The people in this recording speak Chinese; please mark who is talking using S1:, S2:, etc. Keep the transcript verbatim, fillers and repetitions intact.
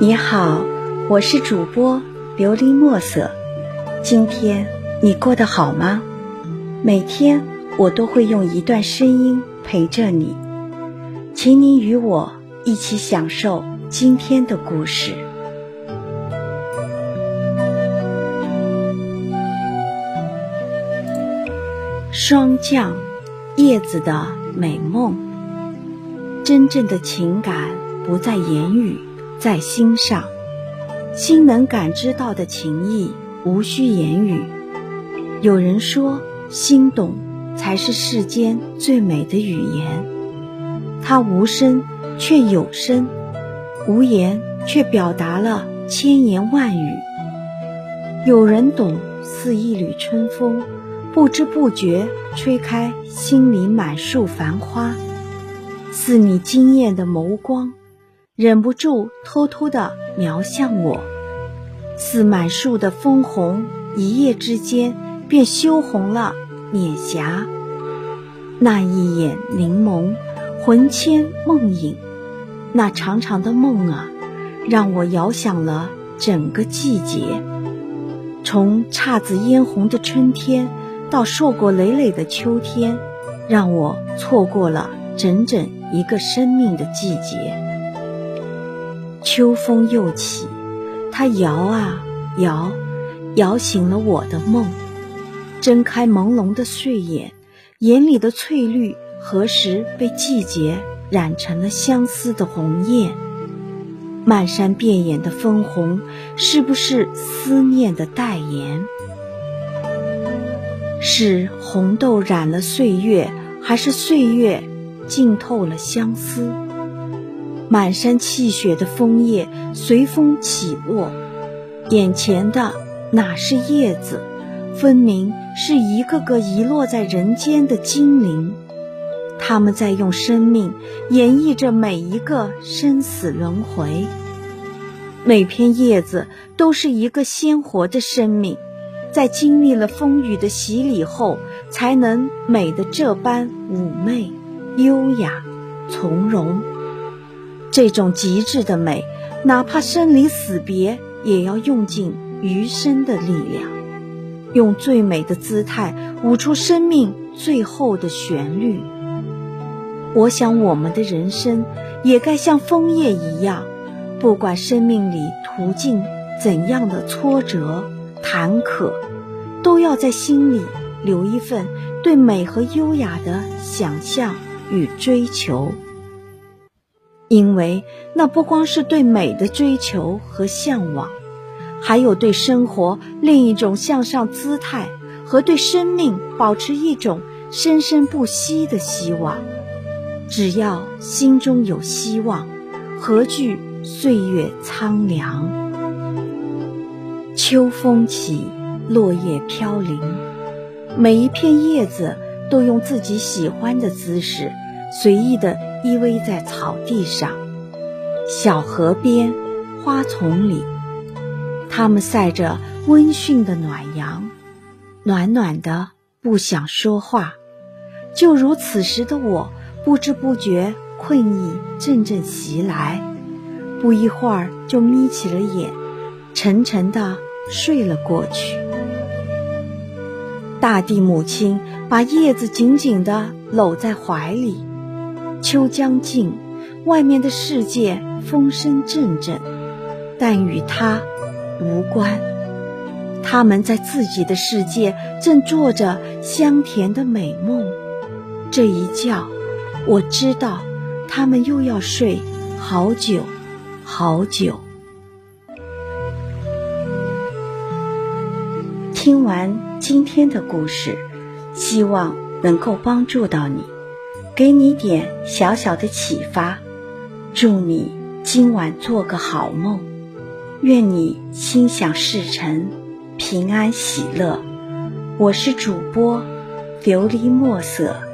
S1: 你好，我是主播琉璃墨色。今天你过得好吗？每天我都会用一段声音陪着你，请你与我一起享受今天的故事。霜降，叶子的美梦。真正的情感不在言语，在心上。心能感知到的情意无需言语。有人说，心动才是世间最美的语言。它无声却有声，无言却表达了千言万语。有人懂，似一缕春风，不知不觉吹开心里满树繁花。似你惊艳的眸光，忍不住偷偷地瞄向我。似满树的枫红，一夜之间便羞红了脸颊。那一眼凝眸，魂牵梦萦。那长长的梦啊，让我遥想了整个季节。从姹紫嫣红的春天，到硕果累累的秋天，让我错过了整整一个生命的季节。秋风又起，它摇啊摇，摇醒了我的梦。睁开朦胧的睡眼，眼里的翠绿何时被季节染成了相思的红艳？漫山遍野的枫红，是不是思念的代言？是红豆染了岁月，还是岁月浸透了相思？满山泣血的枫叶随风起落，眼前的哪是叶子，分明是一个个遗落在人间的精灵。他们在用生命演绎着每一个生死轮回。每片叶子都是一个鲜活的生命，在经历了风雨的洗礼后，才能美得这般妩媚、优雅、从容。这种极致的美，哪怕生离死别，也要用尽余生的力量，用最美的姿态舞出生命最后的旋律。我想我们的人生也该像枫叶一样，不管生命里途径怎样的挫折坎坷，都要在心里留一份对美和优雅的想象与追求。因为那不光是对美的追求和向往，还有对生活另一种向上姿态，和对生命保持一种生生不息的希望。只要心中有希望，何惧岁月苍凉？秋风起，落叶飘零，每一片叶子都用自己喜欢的姿势随意地依偎在草地上。小河边，花丛里，它们晒着温煦的暖阳，暖暖的不想说话。就如此时的我，不知不觉困意阵阵袭来，不一会儿就眯起了眼，沉沉地睡了过去。大地母亲把叶子紧紧地搂在怀里。秋将近，外面的世界风声阵阵，但与她无关。他们在自己的世界正做着香甜的美梦。这一觉，我知道他们又要睡好久好久。听完今天的故事，希望能够帮助到你，给你点小小的启发。祝你今晚做个好梦，愿你心想事成，平安喜乐。我是主播琉璃墨色。